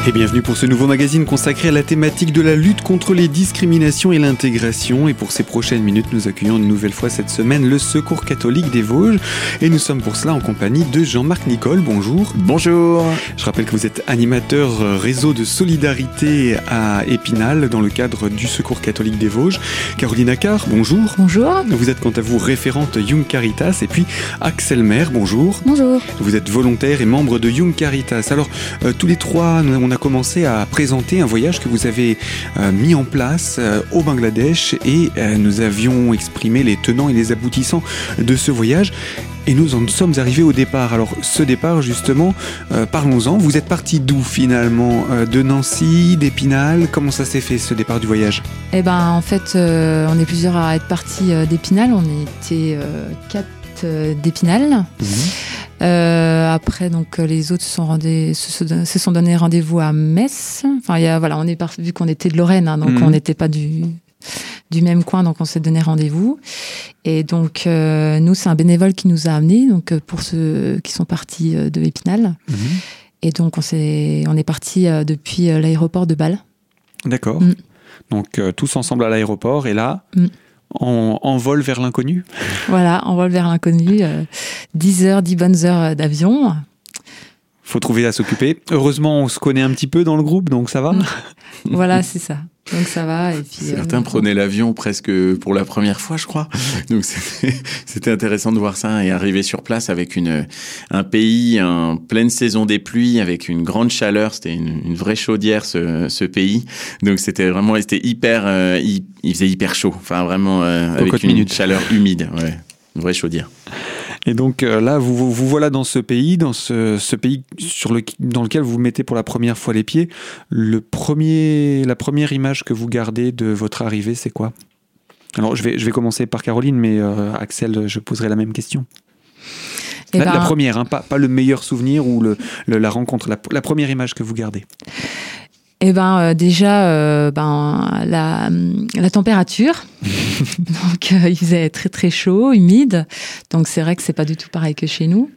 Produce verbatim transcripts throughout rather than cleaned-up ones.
Et bienvenue pour ce nouveau magazine consacré à la thématique de la lutte contre les discriminations et l'intégration. Et pour ces prochaines minutes, nous accueillons une nouvelle fois cette semaine le Secours catholique des Vosges. Et nous sommes pour cela en compagnie de Jean-Marc Nicole. Bonjour. Bonjour. Je rappelle que vous êtes animateur réseau de solidarité à Épinal dans le cadre du Secours catholique des Vosges. Caroline Accard, bonjour. Bonjour. Vous êtes quant à vous référente Young Caritas. Et puis Axel Maire, bonjour. Bonjour. Vous êtes volontaire et membre de Young Caritas. Alors, euh, tous les trois, on a commencé à présenter un voyage que vous avez euh, mis en place euh, au Bangladesh et euh, nous avions exprimé les tenants et les aboutissants de ce voyage et nous en sommes arrivés au départ. Alors ce départ justement, euh, parlons-en. Vous êtes parti d'où finalement ? euh, De Nancy, d'Épinal ? Comment ça s'est fait ce départ du voyage ? Eh ben en fait, euh, on est plusieurs à être partis euh, d'Épinal. On était euh, quatre euh, d'Épinal. Mmh. Euh, après, donc les autres se sont, rendés, se, se sont donné rendez-vous à Metz. Enfin, il y a, voilà, on est par, vu qu'on était de Lorraine, hein, donc mmh. on n'était pas du du même coin, donc on s'est donné rendez-vous. Et donc euh, nous, c'est un bénévole qui nous a amenés, donc pour ceux qui sont partis de Épinal. Mmh. Et donc on s'est, on est parti euh, depuis l'aéroport de Bâle. D'accord. Mmh. Donc euh, tous ensemble à l'aéroport, et là. Mmh. En, en vol vers l'inconnu. Voilà, en vol vers l'inconnu. Euh, dix heures, dix bonnes heures d'avion. Faut trouver à s'occuper. Heureusement, on se connaît un petit peu dans le groupe, donc ça va. Voilà, c'est ça. Donc ça va. Et puis, Certains euh, prenaient l'avion presque pour la première fois, je crois. Donc c'était, c'était intéressant de voir ça et arriver sur place avec une, un pays en pleine saison des pluies, avec une grande chaleur. C'était une, une vraie chaudière, ce, ce pays. Donc c'était vraiment, c'était hyper, euh, il, il faisait hyper chaud. Enfin vraiment, euh, avec une minutes. Chaleur humide. Ouais, une vraie chaudière. Et donc euh, là, vous, vous vous voilà dans ce pays, dans ce, ce pays sur le, dans lequel vous mettez pour la première fois les pieds. Le premier, la première image que vous gardez de votre arrivée, c'est quoi ? Alors, je vais, je vais commencer par Caroline, mais euh, Axel, je poserai la même question. La, ben... la première, hein, pas, pas le meilleur souvenir ou le, le, la rencontre, la, la première image que vous gardez. Eh ben euh, déjà euh, ben la la température donc euh, il faisait très très chaud, humide, donc c'est vrai que c'est pas du tout pareil que chez nous.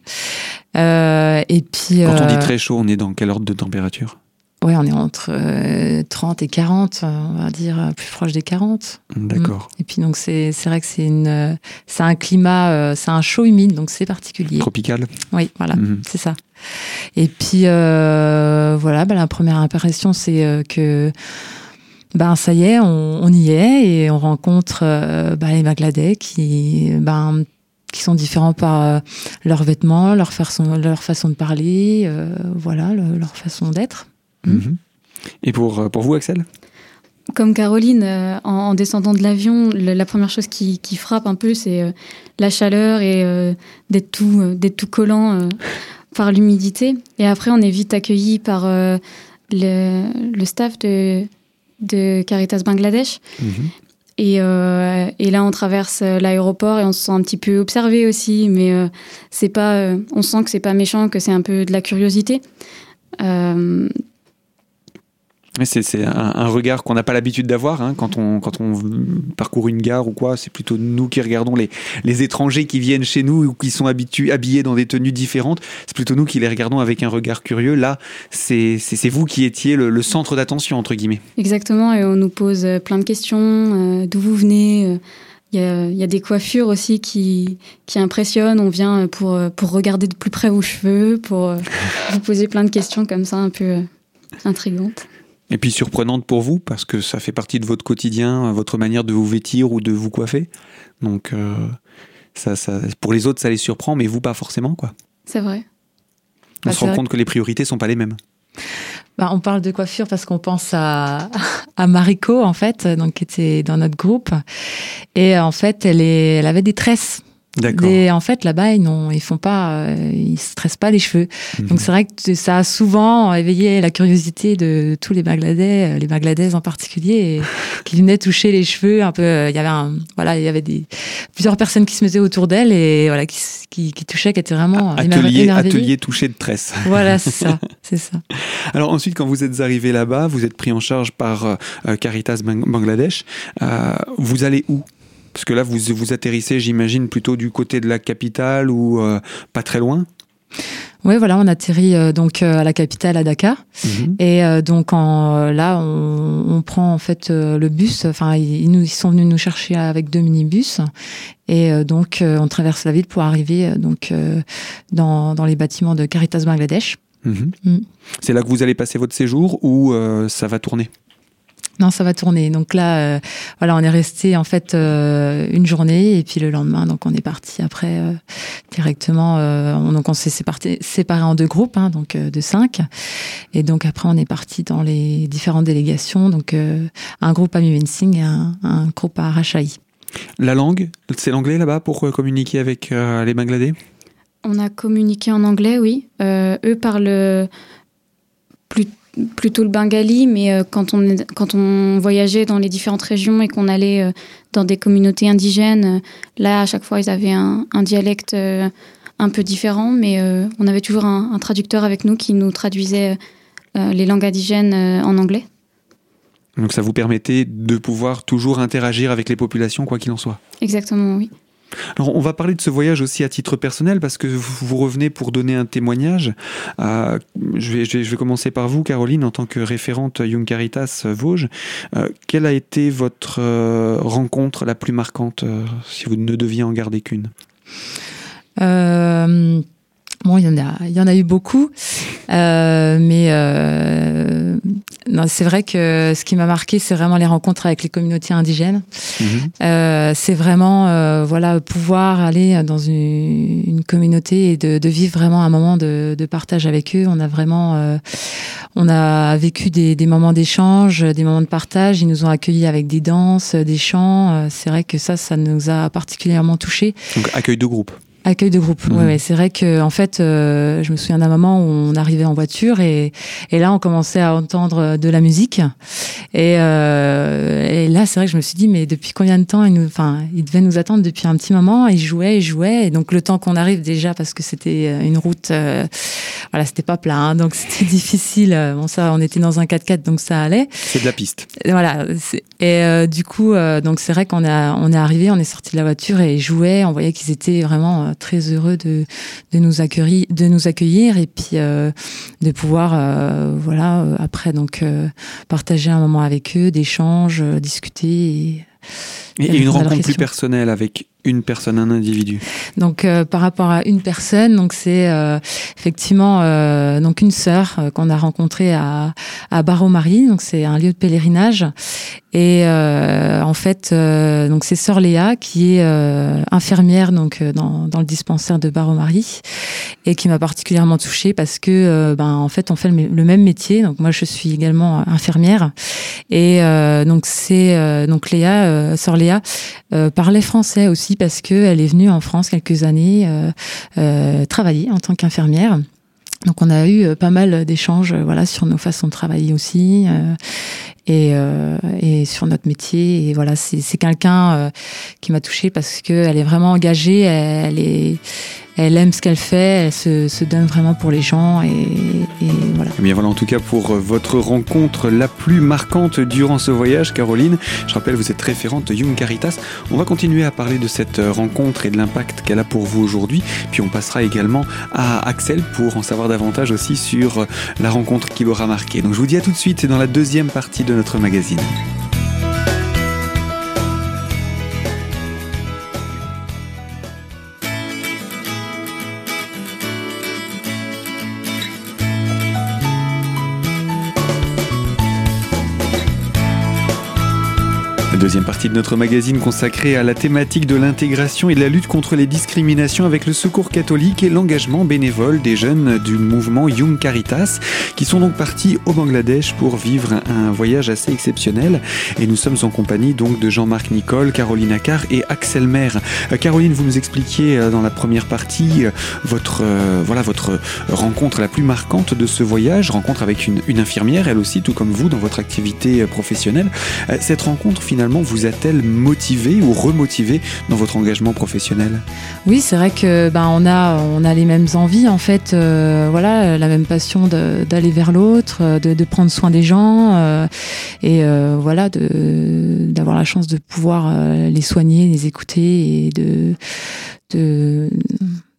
Euh, et puis quand euh, on dit très chaud, on est dans quel ordre de température ? Ouais, on est entre euh, trente et quarante, on va dire plus proche des quarante. D'accord. Et puis donc c'est c'est vrai que c'est une c'est un climat euh, c'est un chaud humide, donc c'est particulier. Tropical. Oui, voilà, mmh. c'est ça. Et puis euh, voilà, bah, la première impression c'est euh, que ben ça y est, on, on y est et on rencontre euh, bah, les Bangladais qui ben qui sont différents par euh, leurs vêtements, leur façon leur façon de parler, euh, voilà, le, leur façon d'être. Mmh. Et pour, pour vous, Axel ? Comme Caroline, euh, en, en descendant de l'avion, le, la première chose qui, qui frappe un peu, c'est euh, la chaleur et euh, d'être, tout, euh, d'être tout collant euh, par l'humidité. Et après, on est vite accueillis par euh, le, le staff de, de Caritas Bangladesh. Mmh. Et, euh, et là, on traverse l'aéroport et on se sent un petit peu observé aussi. Mais euh, c'est pas, euh, on sent que c'est pas méchant, que c'est un peu de la curiosité. Euh, Mais c'est, c'est un, un regard qu'on n'a pas l'habitude d'avoir hein, quand on, quand on parcourt une gare ou quoi. C'est plutôt nous qui regardons les, les étrangers qui viennent chez nous ou qui sont habitu, habillés dans des tenues différentes. C'est plutôt nous qui les regardons avec un regard curieux. Là, c'est, c'est, c'est vous qui étiez le, le centre d'attention, entre guillemets. Exactement, et on nous pose plein de questions. Euh, d'où vous venez ? Il y a, il y a des coiffures aussi qui, qui impressionnent. On vient pour, pour regarder de plus près vos cheveux, pour vous poser plein de questions comme ça, un peu intrigantes. Et puis surprenante pour vous, parce que ça fait partie de votre quotidien, votre manière de vous vêtir ou de vous coiffer. Donc, euh, ça, ça, pour les autres, ça les surprend, mais vous, pas forcément, quoi. C'est vrai. On bah, se rend compte que les priorités ne sont pas les mêmes. Bah, on parle de coiffure parce qu'on pense à, à Mariko, en fait, donc, qui était dans notre groupe. Et en fait, elle, est, elle avait des tresses. D'accord. Et en fait, là-bas, ils ne ils font pas, euh, ils se tressent pas les cheveux. Mmh. Donc c'est vrai que ça a souvent éveillé la curiosité de tous les Bangladais, les Bangladaises en particulier, et, qui venaient toucher les cheveux un peu. Il y avait un, voilà, il y avait des plusieurs personnes qui se mettaient autour d'elle et voilà, qui, qui, qui touchaient, qui étaient vraiment atelier, émerveillées. Atelier touché de tresses. Voilà, c'est ça, c'est ça. Alors ensuite, quand vous êtes arrivé là-bas, vous êtes pris en charge par euh, Caritas Bangladesh. Euh, vous allez où ? Parce que là, vous, vous atterrissez, j'imagine, plutôt du côté de la capitale ou euh, pas très loin ? Oui, voilà, on atterrit euh, donc euh, à la capitale, à Dakar, mmh. et euh, donc en, euh, là, on, on prend en fait euh, le bus. Enfin, ils, nous, ils sont venus nous chercher avec deux minibus, et euh, donc euh, on traverse la ville pour arriver euh, donc euh, dans, dans les bâtiments de Caritas Bangladesh. Mmh. Mmh. C'est là que vous allez passer votre séjour ou euh, ça va tourner ? Non, ça va tourner. Donc là, euh, voilà, on est resté en fait euh, une journée et puis le lendemain, donc on est parti après euh, directement. Euh, on, donc on s'est séparé, séparé en deux groupes, hein, donc euh, de cinq. Et donc après, on est parti dans les différentes délégations. Donc euh, un groupe à Mymensingh et un, un groupe à Rajshahi. La langue, c'est l'anglais là-bas pour communiquer avec euh, les Bangladais ? On a communiqué en anglais, oui. Euh, eux parlent plus plutôt le bengali, mais euh, quand, on est, quand on voyageait dans les différentes régions et qu'on allait euh, dans des communautés indigènes, euh, là, à chaque fois, ils avaient un, un dialecte euh, un peu différent, mais euh, on avait toujours un, un traducteur avec nous qui nous traduisait euh, les langues indigènes euh, en anglais. Donc ça vous permettait de pouvoir toujours interagir avec les populations, quoi qu'il en soit ? Exactement, oui. Alors, on va parler de ce voyage aussi à titre personnel parce que vous revenez pour donner un témoignage. Euh, je, vais, je, vais, je vais commencer par vous, Caroline, en tant que référente Young Caritas Vosges. Euh, quelle a été votre euh, rencontre la plus marquante, euh, si vous ne deviez en garder qu'une ? euh... Bon, il y en a, il y en a eu beaucoup, euh, mais euh, non, c'est vrai que ce qui m'a marqué, c'est vraiment les rencontres avec les communautés indigènes. Mmh. Euh, c'est vraiment, euh, voilà, pouvoir aller dans une, une communauté et de, de vivre vraiment un moment de, de partage avec eux. On a vraiment, euh, on a vécu des, des moments d'échange, des moments de partage. Ils nous ont accueillis avec des danses, des chants. C'est vrai que ça, ça nous a particulièrement touchés. Donc accueil de groupe. Accueil de groupe, mmh. ouais, ouais. C'est vrai que en fait, euh, je me souviens d'un moment où on arrivait en voiture et, et là, on commençait à entendre de la musique. Et, euh, et là, c'est vrai que je me suis dit, mais depuis combien de temps ils nous, enfin, ils devaient nous attendre depuis un petit moment. Ils jouaient, ils jouaient. Et donc, le temps qu'on arrive déjà, parce que c'était une route, euh, voilà, c'était pas plat, hein, donc c'était difficile. Bon, ça, on était dans un quatre-quatre, donc ça allait. C'est de la piste. Voilà. Et euh, du coup, euh, donc c'est vrai qu'on a, on est arrivé, on est sorti de la voiture et ils jouaient. On voyait qu'ils étaient vraiment très heureux de, de nous accueillir, de nous accueillir et puis euh, de pouvoir, euh, voilà, euh, après donc euh, partager un moment avec eux, d'échanges, euh, discuter. Et, et, et une rencontre plus personnelle avec une personne, un individu. Donc euh, par rapport à une personne, donc c'est euh, effectivement euh, donc une sœur euh, qu'on a rencontrée à à Baromari, donc c'est un lieu de pèlerinage. Et euh, en fait, euh, donc c'est sœur Léa qui est euh, infirmière donc dans dans le dispensaire de Baromari et qui m'a particulièrement touchée parce que euh, ben en fait on fait le, le même métier. Donc moi je suis également infirmière et euh, donc c'est euh, donc Léa, euh, sœur Léa euh, parlait français aussi parce que elle est venue en France quelques années euh, euh, travailler en tant qu'infirmière. Donc on a eu pas mal d'échanges, voilà, sur nos façons de travailler aussi. Euh, et, euh, et sur notre métier. Et voilà, c'est, c'est quelqu'un euh, qui m'a touchée parce qu'elle est vraiment engagée, elle, est, elle aime ce qu'elle fait, elle se, se donne vraiment pour les gens. Et, et voilà. Et bien voilà, en tout cas, pour votre rencontre la plus marquante durant ce voyage, Caroline. Je rappelle, vous êtes référente Young Caritas. On va continuer à parler de cette rencontre et de l'impact qu'elle a pour vous aujourd'hui. Puis on passera également à Axel pour en savoir davantage aussi sur la rencontre qui l'aura marqué. Donc je vous dis à tout de suite, c'est dans la deuxième partie de notre magazine. Deuxième partie de notre magazine consacrée à la thématique de l'intégration et de la lutte contre les discriminations avec le Secours catholique et l'engagement bénévole des jeunes du mouvement Young Caritas qui sont donc partis au Bangladesh pour vivre un voyage assez exceptionnel. Et nous sommes en compagnie donc de Jean-Marc Nicole, Caroline Accard et Axel Maire. Euh, Caroline, vous nous expliquiez euh, dans la première partie euh, votre, euh, voilà, votre rencontre la plus marquante de ce voyage, rencontre avec une, une infirmière, elle aussi, tout comme vous, dans votre activité euh, professionnelle. Euh, cette rencontre, finalement, vous a-t-elle motivé ou remotivé dans votre engagement professionnel ? Oui, c'est vrai que ben on a on a les mêmes envies en fait, euh, voilà, la même passion de, d'aller vers l'autre, de, de prendre soin des gens euh, et euh, voilà, de d'avoir la chance de pouvoir euh, les soigner, les écouter et de de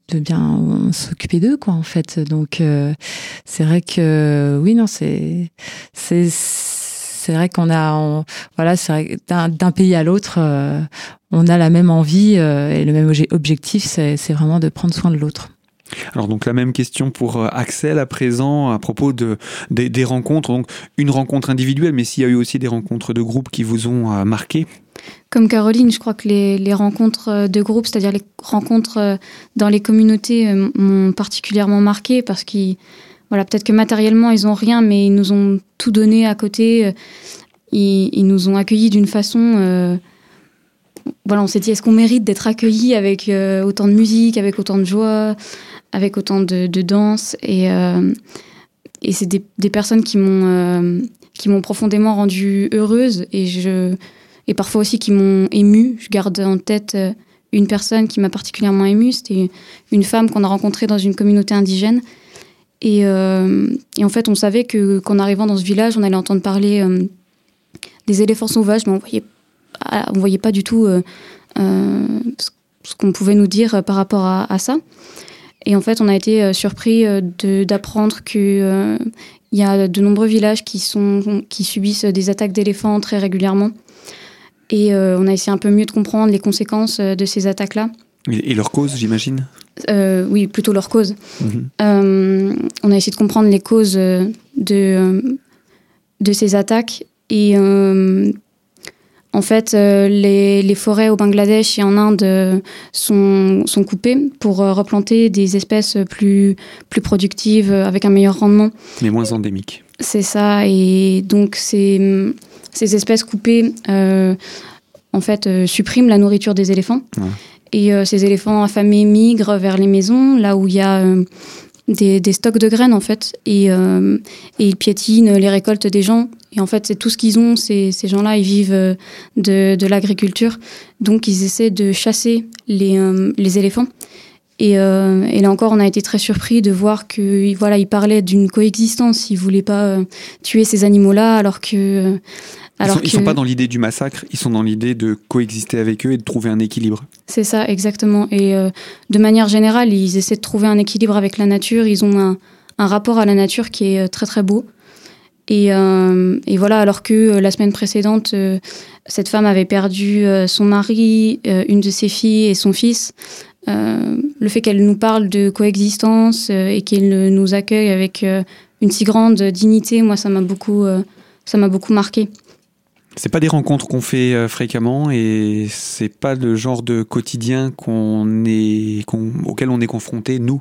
de bien s'occuper d'eux, quoi, en fait. Donc, euh, c'est vrai que, oui, non, c'est, c'est, c'est vrai qu'on a, on, voilà, c'est vrai, d'un, d'un pays à l'autre, euh, on a la même envie euh, et le même objectif, c'est, c'est vraiment de prendre soin de l'autre. Alors donc la même question pour Axel à présent à propos de, des, des rencontres. Donc une rencontre individuelle, mais s'il y a eu aussi des rencontres de groupe qui vous ont euh, marqué. Comme Caroline, je crois que les, les rencontres de groupe, c'est-à-dire les rencontres dans les communautés, euh, m'ont particulièrement marqué parce qu'ils, voilà, peut-être que matériellement ils ont rien, mais ils nous ont tout donné à côté. Ils, ils nous ont accueillis d'une façon. Euh, voilà, on s'est dit, est-ce qu'on mérite d'être accueillis avec euh, autant de musique, avec autant de joie, avec autant de, de danse, et, euh, et c'est des, des personnes qui m'ont, euh, qui m'ont profondément rendue heureuse, et, je, et parfois aussi qui m'ont émue. Je garde en tête une personne qui m'a particulièrement émue, c'était une femme qu'on a rencontrée dans une communauté indigène, et, euh, et en fait on savait que, qu'en arrivant dans ce village, on allait entendre parler euh, des éléphants sauvages, mais on voyait, on voyait pas du tout euh, euh, ce qu'on pouvait nous dire par rapport à, à ça. Et en fait, on a été euh, surpris euh, de, d'apprendre qu'il euh, y a de nombreux villages qui, sont, qui subissent des attaques d'éléphants très régulièrement. Et euh, on a essayé un peu mieux de comprendre les conséquences euh, de ces attaques-là. Et, et leur cause, j'imagine euh, Oui, plutôt leur cause. Mmh. Euh, on a essayé de comprendre les causes de, de ces attaques. Et euh, en fait, euh, les, les forêts au Bangladesh et en Inde euh, sont, sont coupées pour euh, replanter des espèces plus, plus productives, euh, avec un meilleur rendement. Mais moins endémiques. C'est ça. Et donc, ces, ces espèces coupées, euh, en fait, euh, suppriment la nourriture des éléphants. Ouais. Et euh, ces éléphants affamés migrent vers les maisons, là où il y a euh, des, des stocks de graines, en fait. Et, euh, et ils piétinent les récoltes des gens. Et en fait, c'est tout ce qu'ils ont. Ces, ces gens-là, ils vivent de, de l'agriculture. Donc, ils essaient de chasser les, euh, les éléphants. Et, euh, et là encore, on a été très surpris de voir qu'ils voilà, ils parlaient d'une coexistence. Ils ne voulaient pas euh, tuer ces animaux-là, alors que... Alors ils ne sont, sont pas dans l'idée du massacre, ils sont dans l'idée de coexister avec eux et de trouver un équilibre. C'est ça, exactement. Et euh, de manière générale, ils essaient de trouver un équilibre avec la nature. Ils ont un, un rapport à la nature qui est très, très beau. Et, euh, et voilà, alors que euh, la semaine précédente, euh, cette femme avait perdu euh, son mari, euh, une de ses filles et son fils. Euh, le fait qu'elle nous parle de coexistence euh, et qu'elle nous accueille avec euh, une si grande dignité, moi, ça m'a beaucoup, euh, ça m'a beaucoup marqué. C'est pas des rencontres qu'on fait euh, fréquemment et c'est pas le genre de quotidien qu'on est, qu'on, auquel on est confronté, nous.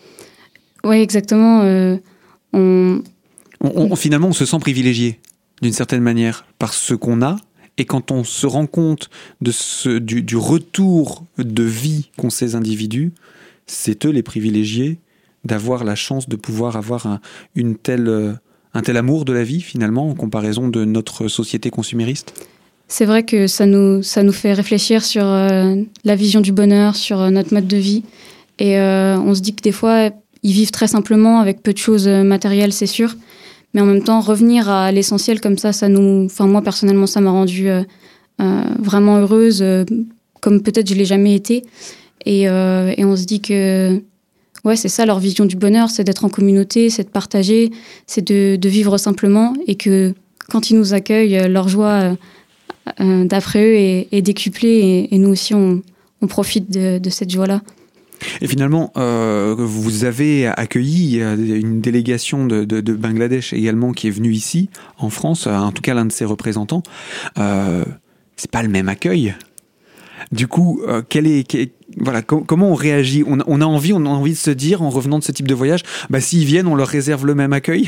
Oui, exactement. Euh, on... On, on, finalement, on se sent privilégié, d'une certaine manière, par ce qu'on a. Et quand on se rend compte de ce, du, du retour de vie qu'ont ces individus, c'est eux les privilégiés d'avoir la chance de pouvoir avoir un, une telle, un tel amour de la vie, finalement, en comparaison de notre société consumériste. C'est vrai que ça nous, ça nous fait réfléchir sur euh, la vision du bonheur, sur euh, notre mode de vie. Et euh, on se dit que des fois, ils vivent très simplement, avec peu de choses matérielles, c'est sûr. Mais en même temps, revenir à l'essentiel comme ça, ça nous... Enfin, moi, personnellement, ça m'a rendue euh, euh, vraiment heureuse, euh, comme peut-être je ne l'ai jamais été. Et, euh, et on se dit que... Ouais, c'est ça, leur vision du bonheur, c'est d'être en communauté, c'est de partager, c'est de, de vivre simplement. Et que quand ils nous accueillent, leur joie euh, d'après eux est, est décuplée. Et, et nous aussi, on, on profite de, de cette joie-là. Et finalement, euh, vous avez accueilli une délégation de, de, de Bangladesh également qui est venue ici, en France, en tout cas l'un de ses représentants. Euh, c'est pas le même accueil. Du coup, euh, quel est, quel, voilà, com- comment on réagit ? on a, on a envie, on a envie de se dire, en revenant de ce type de voyage, bah, s'ils viennent, on leur réserve le même accueil.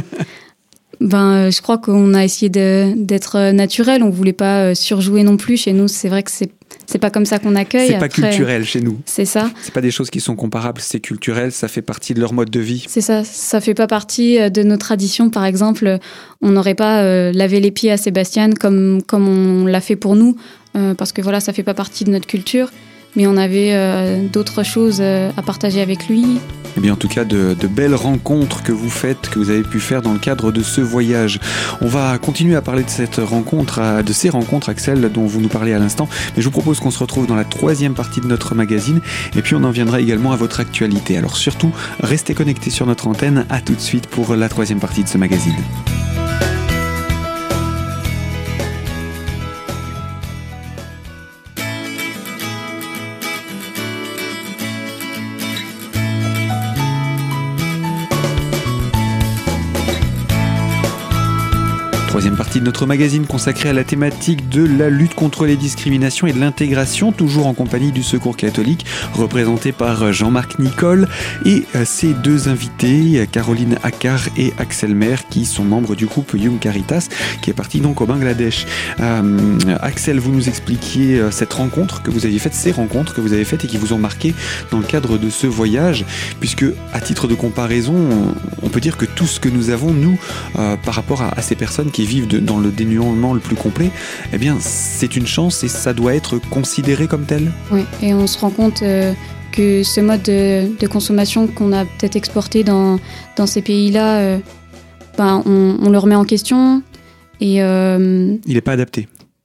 Ben, je crois qu'on a essayé de, d'être naturel. On voulait pas surjouer non plus. Chez nous, c'est vrai que c'est c'est pas comme ça qu'on accueille. C'est pas Après, culturel chez nous. C'est ça. C'est pas des choses qui sont comparables. C'est culturel. Ça fait partie de leur mode de vie. C'est ça. Ça fait pas partie de nos traditions. Par exemple, on n'aurait pas euh, lavé les pieds à Sébastien comme comme on l'a fait pour nous, euh, parce que voilà, ça fait pas partie de notre culture. mais on avait euh, d'autres choses euh, à partager avec lui. Eh bien, en tout cas, de, de belles rencontres que vous faites, que vous avez pu faire dans le cadre de ce voyage. On va continuer à parler de cette rencontre, de ces rencontres, Axel, dont vous nous parlez à l'instant. Mais je vous propose qu'on se retrouve dans la troisième partie de notre magazine. Et puis, on en viendra également à votre actualité. Alors, surtout, restez connectés sur notre antenne. À tout de suite pour la troisième partie de ce magazine. Troisième partie de notre magazine consacrée à la thématique de la lutte contre les discriminations et de l'intégration, toujours en compagnie du Secours catholique, représenté par Jean-Marc Nicole et ses deux invités, Caroline Akkar et Axel Maire, qui sont membres du groupe Young Caritas, qui est parti donc au Bangladesh. Euh, Axel, vous nous expliquiez cette rencontre que vous aviez faite, ces rencontres que vous avez faites et qui vous ont marqué dans le cadre de ce voyage, puisque à titre de comparaison, on peut dire que tout ce que nous avons, nous, euh, par rapport à, à ces personnes qui vivent de, dans le dénuement le plus complet, eh bien, c'est une chance et ça doit être considéré comme tel. Oui, et on se rend compte euh, que ce mode de, de consommation qu'on a peut-être exporté dans, dans ces pays-là, euh, ben, on, on le remet en question. Et, euh, il n'est pas adapté.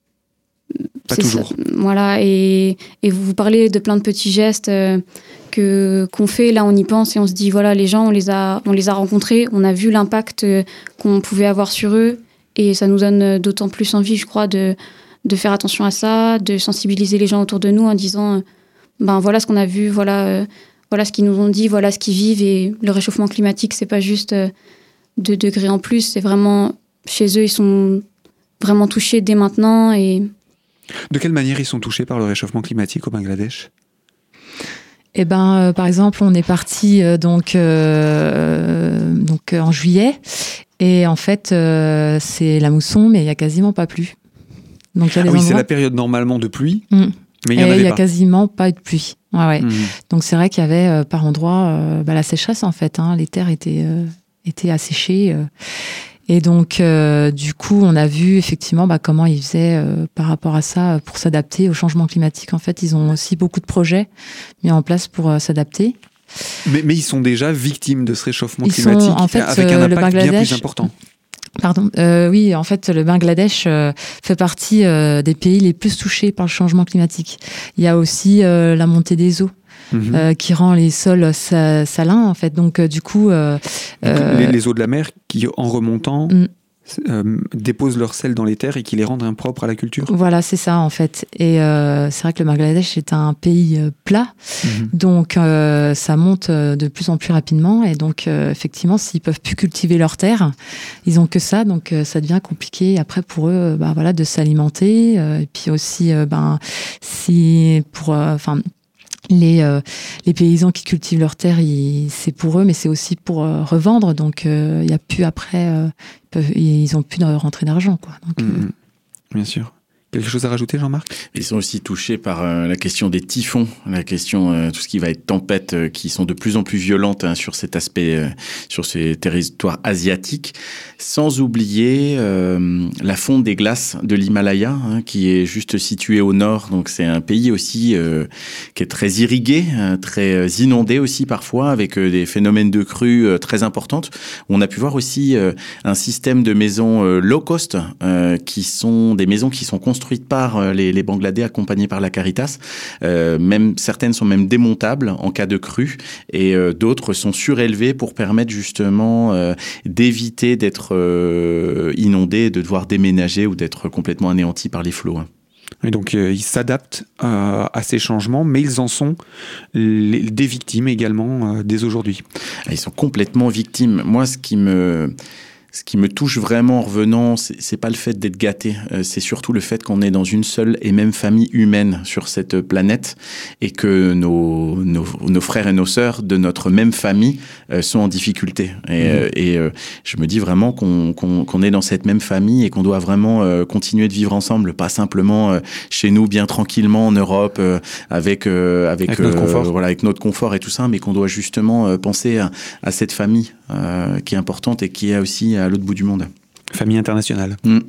Pas toujours. Ça, voilà, et, et vous vous parlez de plein de petits gestes euh, que, qu'on fait, là on y pense et on se dit, voilà, les gens, on les a, on les a rencontrés, on a vu l'impact euh, qu'on pouvait avoir sur eux. Et ça nous donne d'autant plus envie, je crois, de, de faire attention à ça, de sensibiliser les gens autour de nous en disant ben voilà ce qu'on a vu, voilà, euh, voilà ce qu'ils nous ont dit, voilà ce qu'ils vivent. Et le réchauffement climatique, c'est pas juste euh, deux degrés en plus, c'est vraiment, chez eux, ils sont vraiment touchés dès maintenant. Et... De quelle manière ils sont touchés par le réchauffement climatique au Bangladesh ? Eh ben, euh, par exemple, on est parti euh, donc, euh, donc euh, en juillet. Et en fait, euh, c'est la mousson, mais il n'y a quasiment pas plu. Donc, il y a des ah oui, endroits... c'est la période normalement de pluie, mmh. mais il n'y en et avait pas. Il n'y a quasiment pas eu de pluie. Ouais, ouais. Mmh. Donc, c'est vrai qu'il y avait euh, par endroits euh, bah, la sécheresse, en fait. Hein. Les terres étaient, euh, étaient asséchées. Euh. Et donc, euh, du coup, on a vu effectivement bah, comment ils faisaient euh, par rapport à ça pour s'adapter au changement climatique. En fait, ils ont aussi beaucoup de projets mis en place pour euh, s'adapter. Mais, mais ils sont déjà victimes de ce réchauffement ils climatique sont, en fait, avec un euh, impact Bangladesh, bien plus important. Pardon, euh, oui, en fait, le Bangladesh euh, fait partie euh, des pays les plus touchés par le changement climatique. Il y a aussi euh, la montée des eaux. Mmh. Euh, qui rend les sols sa- salins, en fait. Donc, euh, du coup... Euh, euh, les, les eaux de la mer qui, en remontant, mm. euh, déposent leur sel dans les terres et qui les rendent impropres à la culture. Voilà, c'est ça, en fait. Et euh, c'est vrai que le Bangladesh est un pays euh, plat, mmh. donc euh, ça monte de plus en plus rapidement. Et donc, euh, effectivement, s'ils peuvent plus cultiver leurs terres, ils ont que ça. Donc, euh, ça devient compliqué après pour eux bah, voilà, de s'alimenter. Euh, et puis aussi, euh, ben, si pour... enfin. Euh, Les, euh, les paysans qui cultivent leurs terres, ils, c'est pour eux, mais c'est aussi pour euh, revendre. Donc, il euh, n'y a plus après, euh, ils, peuvent, ils ont plus de rentrée d'argent, quoi. Donc, mmh, euh... bien sûr. Quelque chose à rajouter, Jean-Marc ? Ils sont aussi touchés par euh, la question des typhons, la question, euh, tout ce qui va être tempêtes, euh, qui sont de plus en plus violentes hein, sur cet aspect, euh, sur ces territoires asiatiques, sans oublier euh, la fonte des glaces de l'Himalaya, hein, qui est juste située au nord. Donc c'est un pays aussi euh, qui est très irrigué, euh, très inondé aussi parfois, avec euh, des phénomènes de crues euh, très importantes. On a pu voir aussi euh, un système de maisons euh, low cost, euh, qui sont des maisons qui sont construites construites par les, les Bangladais accompagnés par la Caritas. Euh, même, certaines sont même démontables en cas de crue et euh, d'autres sont surélevées pour permettre justement euh, d'éviter d'être euh, inondés, de devoir déménager ou d'être complètement anéantis par les flots. Hein. Et donc euh, ils s'adaptent euh, à ces changements, mais ils en sont les, des victimes également euh, dès aujourd'hui. Ils sont complètement victimes. Moi, ce qui me... Ce qui me touche vraiment en revenant, c'est, c'est pas le fait d'être gâté, euh, c'est surtout le fait qu'on est dans une seule et même famille humaine sur cette planète et que nos, nos, nos frères et nos sœurs de notre même famille euh, sont en difficulté. Et, mmh. euh, et euh, je me dis vraiment qu'on, qu'on, qu'on est dans cette même famille et qu'on doit vraiment euh, continuer de vivre ensemble, pas simplement euh, chez nous bien tranquillement en Europe euh, avec euh, avec, avec notre euh, confort, voilà, avec notre confort et tout ça, mais qu'on doit justement euh, penser à, à cette famille euh, qui est importante et qui est aussi à l'autre bout du monde. Famille internationale. Mmh.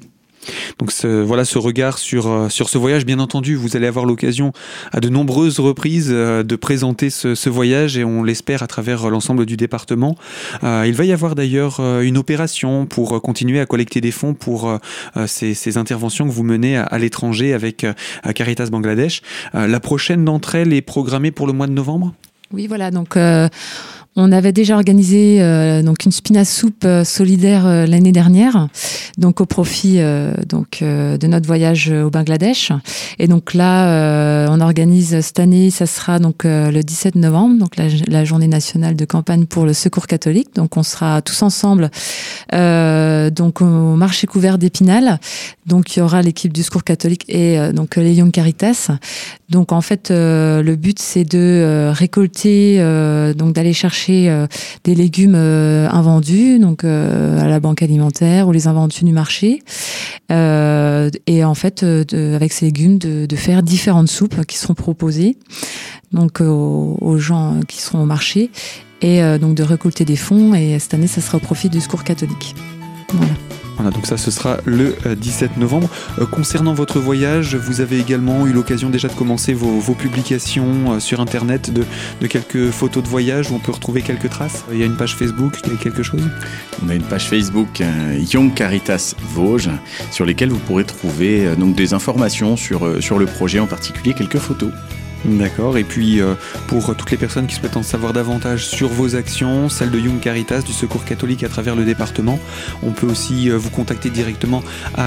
Donc ce, voilà ce regard sur, sur ce voyage. Bien entendu, vous allez avoir l'occasion à de nombreuses reprises de présenter ce, ce voyage et on l'espère à travers l'ensemble du département. Euh, il va y avoir d'ailleurs une opération pour continuer à collecter des fonds pour euh, ces, ces interventions que vous menez à, à l'étranger avec à Caritas Bangladesh. Euh, la prochaine d'entre elles est programmée pour le mois de novembre ? Oui, voilà. Donc, euh, on avait déjà organisé euh, donc une spina soupe euh, solidaire euh, l'année dernière, donc au profit euh, donc euh, de notre voyage au Bangladesh. Et donc là, euh, on organise cette année, ça sera donc euh, le dix-sept novembre, donc la, la journée nationale de campagne pour le Secours catholique. Donc on sera tous ensemble euh, donc au marché couvert d'Épinal. Donc il y aura l'équipe du Secours catholique et euh, donc les Young Caritas. Donc en fait, euh, le but c'est de euh, récolter, euh, donc d'aller chercher euh, des légumes euh, invendus, donc euh, à la banque alimentaire ou les invendus du marché, euh, et en fait, euh, de, avec ces légumes, de, de faire différentes soupes qui seront proposées, donc euh, aux, aux gens qui seront au marché, et euh, donc de récolter des fonds. Et cette année, ça sera au profit du Secours catholique. Voilà. Voilà, donc ça, ce sera le dix-sept novembre. Euh, concernant votre voyage, vous avez également eu l'occasion déjà de commencer vos, vos publications euh, sur Internet de, de quelques photos de voyage où on peut retrouver quelques traces. Il y a une page Facebook, quelque chose ? On a une page Facebook euh, Young Caritas Vosges sur lesquelles vous pourrez trouver euh, donc des informations sur, euh, sur le projet, en particulier quelques photos. D'accord, et puis euh, pour toutes les personnes qui souhaitent en savoir davantage sur vos actions, celles de Young Caritas, du Secours catholique à travers le département, on peut aussi euh, vous contacter directement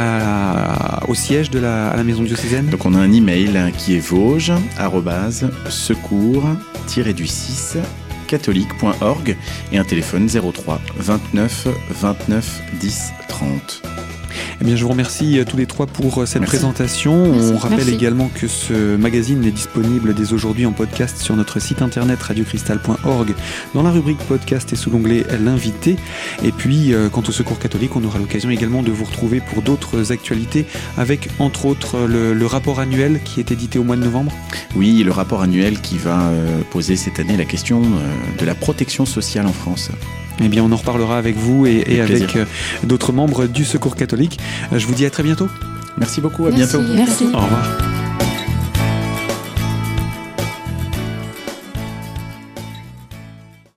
à, au siège de la, à la maison diocésaine. Donc on a un email qui est vosges arobase secours du six catholique point org et un téléphone zéro trois vingt-neuf vingt-neuf dix trente. Eh bien, je vous remercie tous les trois pour cette Merci. présentation. Merci. On rappelle Merci. également que ce magazine est disponible dès aujourd'hui en podcast sur notre site internet radio cristal point org dans la rubrique podcast et sous l'onglet l'invité. Et puis, euh, quant au Secours catholique, on aura l'occasion également de vous retrouver pour d'autres actualités avec, entre autres, le, le rapport annuel qui est édité au mois de novembre. Oui, le rapport annuel qui va euh, poser cette année la question euh, de la protection sociale en France. Eh bien, on en reparlera avec vous et, et Avec avec euh, d'autres membres du Secours catholique. Euh, je vous dis à très bientôt. Merci beaucoup, à Merci. bientôt. Merci. Au revoir.